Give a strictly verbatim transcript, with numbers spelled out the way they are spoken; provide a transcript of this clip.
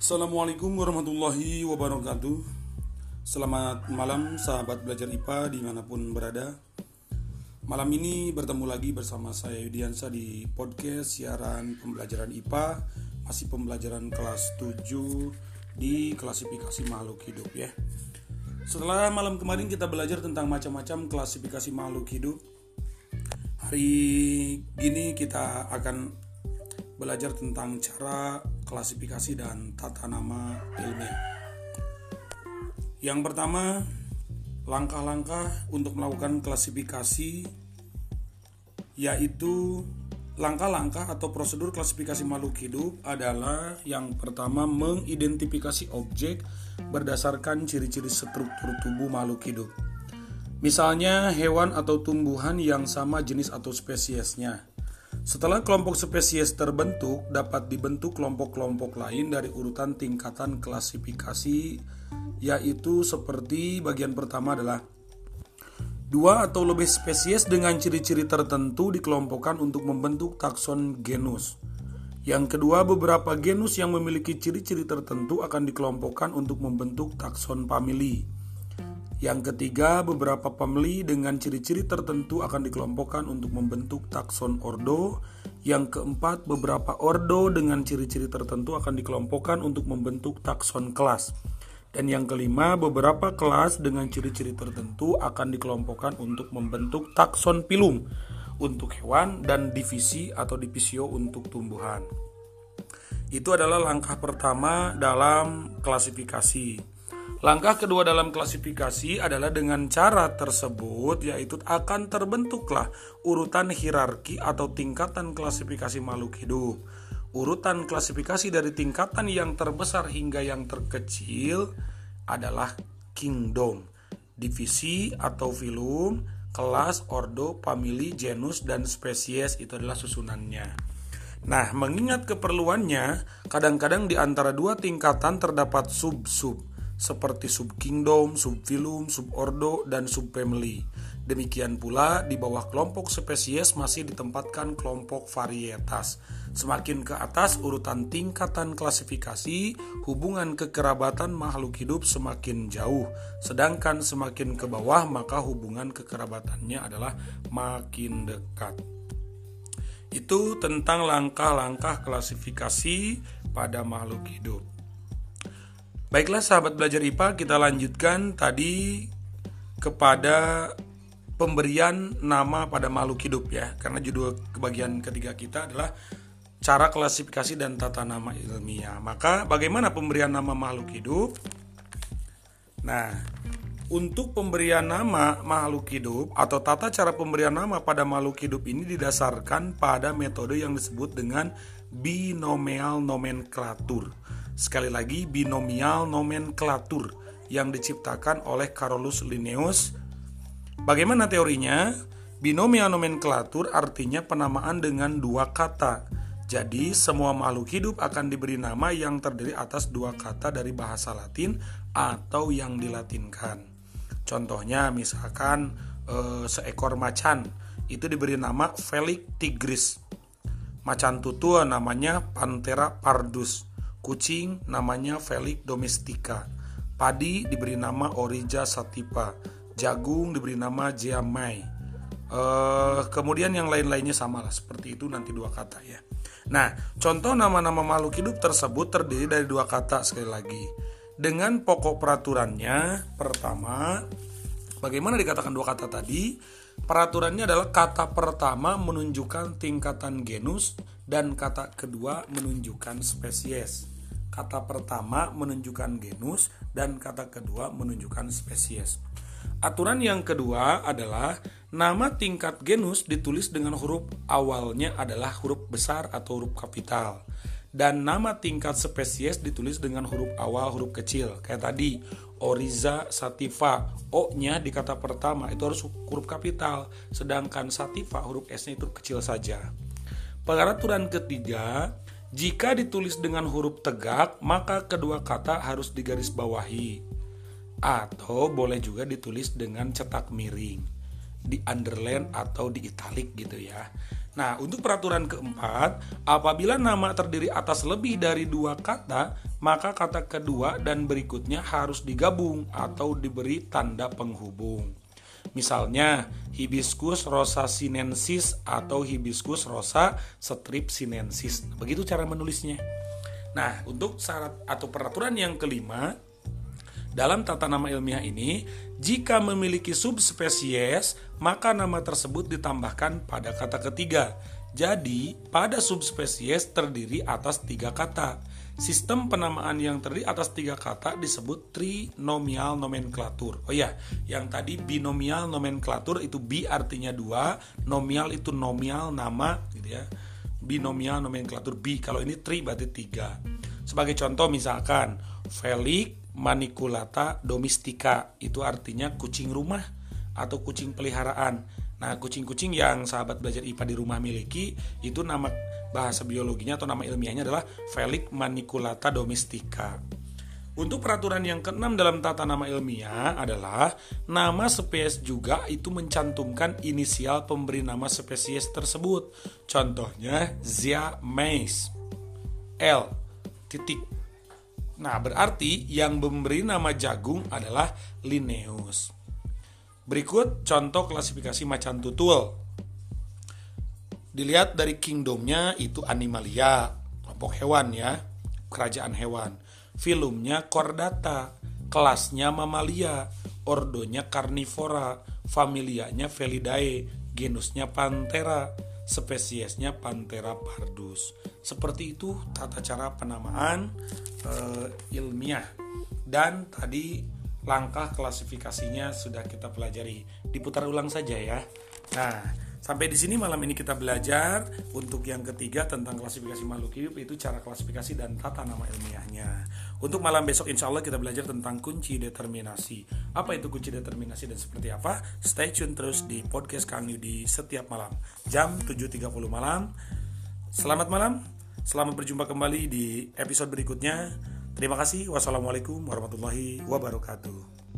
Assalamualaikum warahmatullahi wabarakatuh. Selamat malam sahabat belajar I P A dimanapun berada. Malam ini bertemu lagi bersama saya Yudiansa di podcast siaran pembelajaran I P A. Masih pembelajaran kelas tujuh di klasifikasi makhluk hidup ya. Setelah malam kemarin kita belajar tentang macam-macam klasifikasi makhluk hidup, hari ini kita akan belajar tentang cara klasifikasi dan tata nama ilmiah. Yang pertama, langkah-langkah untuk melakukan klasifikasi, yaitu langkah-langkah atau prosedur klasifikasi makhluk hidup adalah yang pertama, mengidentifikasi objek berdasarkan ciri-ciri struktur tubuh makhluk hidup. Misalnya hewan atau tumbuhan yang sama jenis atau spesiesnya. Setelah kelompok spesies terbentuk, dapat dibentuk kelompok-kelompok lain dari urutan tingkatan klasifikasi, yaitu seperti bagian pertama adalah dua atau lebih spesies dengan ciri-ciri tertentu dikelompokkan untuk membentuk takson genus. Yang kedua, beberapa genus yang memiliki ciri-ciri tertentu akan dikelompokkan untuk membentuk takson famili. Yang ketiga, beberapa famili dengan ciri-ciri tertentu akan dikelompokkan untuk membentuk takson ordo. Yang keempat, beberapa ordo dengan ciri-ciri tertentu akan dikelompokkan untuk membentuk takson kelas. Dan yang kelima, beberapa kelas dengan ciri-ciri tertentu akan dikelompokkan untuk membentuk takson filum untuk hewan dan divisi atau divisio untuk tumbuhan. Itu adalah langkah pertama dalam klasifikasi. Langkah kedua dalam klasifikasi adalah dengan cara tersebut, yaitu akan terbentuklah urutan hierarki atau tingkatan klasifikasi makhluk hidup. Urutan klasifikasi dari tingkatan yang terbesar hingga yang terkecil adalah kingdom, divisi atau filum, kelas, ordo, famili, genus, dan spesies. Itu adalah susunannya. Nah, mengingat keperluannya, kadang-kadang di antara dua tingkatan terdapat sub-sub, seperti subkingdom, subfilum, subordo, dan subfamily. Demikian pula di bawah kelompok spesies masih ditempatkan kelompok varietas. Semakin ke atas urutan tingkatan klasifikasi, hubungan kekerabatan makhluk hidup semakin jauh. Sedangkan semakin ke bawah maka hubungan kekerabatannya adalah makin dekat. Itu tentang langkah-langkah klasifikasi pada makhluk hidup. Baiklah sahabat belajar I P A, kita lanjutkan tadi kepada pemberian nama pada makhluk hidup ya. Karena judul kebagian ketiga kita adalah cara klasifikasi dan tata nama ilmiah. Maka bagaimana pemberian nama makhluk hidup? Nah, untuk pemberian nama makhluk hidup atau tata cara pemberian nama pada makhluk hidup ini didasarkan pada metode yang disebut dengan binomial nomenklatur. Sekali lagi, binomial nomenklatur yang diciptakan oleh Carolus Linnaeus. Bagaimana teorinya? Binomial nomenklatur artinya penamaan dengan dua kata. Jadi, semua makhluk hidup akan diberi nama yang terdiri atas dua kata dari bahasa Latin atau yang dilatinkan. Contohnya, misalkan e, seekor macan itu diberi nama Felix tigris. Macan tutul namanya Panthera pardus. Kucing namanya Felix domestica. Padi diberi nama Oryza sativa. Jagung diberi nama Jeamai. Uh, kemudian yang lain-lainnya sama lah, seperti itu nanti dua kata ya. Nah, contoh nama-nama makhluk hidup tersebut terdiri dari dua kata sekali lagi. Dengan pokok peraturannya, pertama, bagaimana dikatakan dua kata tadi? Peraturannya adalah kata pertama menunjukkan tingkatan genus dan kata kedua menunjukkan spesies. Kata pertama menunjukkan genus dan kata kedua menunjukkan spesies. Aturan yang kedua adalah nama tingkat genus ditulis dengan huruf awalnya adalah huruf besar atau huruf kapital. Dan nama tingkat spesies ditulis dengan huruf awal huruf kecil. Kayak tadi, Oryza sativa, O-nya di kata pertama itu harus huruf kapital, sedangkan sativa huruf S-nya itu kecil saja. Peraturan ketiga, jika ditulis dengan huruf tegak, maka kedua kata harus digarisbawahi. Atau boleh juga ditulis dengan cetak miring, di underline atau di italic gitu ya. Nah, untuk peraturan keempat, apabila nama terdiri atas lebih dari dua kata, maka kata kedua dan berikutnya harus digabung atau diberi tanda penghubung. Misalnya, Hibiscus rosa sinensis atau Hibiscus rosa strip sinensis. Begitu cara menulisnya. Nah, untuk syarat atau peraturan yang kelima, dalam tata nama ilmiah ini, jika memiliki subspesies, maka nama tersebut ditambahkan pada kata ketiga. Jadi, pada subspesies terdiri atas tiga kata. Sistem penamaan yang terdiri atas tiga kata disebut trinomial nomenklatur. Oh ya, yang tadi binomial nomenklatur itu bi artinya dua, nomial itu nomial nama, gitu ya. Binomial nomenklatur bi. Kalau ini tri berarti tiga. Sebagai contoh misalkan, Felix Maniculata domestica, itu artinya kucing rumah atau kucing peliharaan. Nah, kucing-kucing yang sahabat belajar I P A di rumah miliki, itu nama bahasa biologinya atau nama ilmiahnya adalah Felix Maniculata domestica. Untuk peraturan yang keenam dalam tata nama ilmiah adalah nama spesies juga itu mencantumkan inisial pemberi nama spesies tersebut. Contohnya Zea mays, L titik. Nah, berarti yang memberi nama jagung adalah Linnaeus. Berikut contoh klasifikasi macan tutul. Dilihat dari kingdomnya itu Animalia, kelompok hewan ya, kerajaan hewan. Filumnya Chordata, kelasnya Mamalia, ordonya Carnivora, familianya Felidae, genusnya Panthera, spesiesnya Panthera pardus. Seperti itu tata cara penamaan e, ilmiah. Dan tadi langkah klasifikasinya sudah kita pelajari. Diputar ulang saja ya. Nah, sampai di sini malam ini kita belajar untuk yang ketiga tentang klasifikasi makhluk hidup, itu cara klasifikasi dan tata nama ilmiahnya. Untuk malam besok insya Allah kita belajar tentang kunci determinasi. Apa itu kunci determinasi dan seperti apa? Stay tune terus di podcast Kang Yudi setiap malam jam tujuh tiga puluh malam. Selamat malam, selamat berjumpa kembali di episode berikutnya. Terima kasih. Wassalamualaikum warahmatullahi wabarakatuh.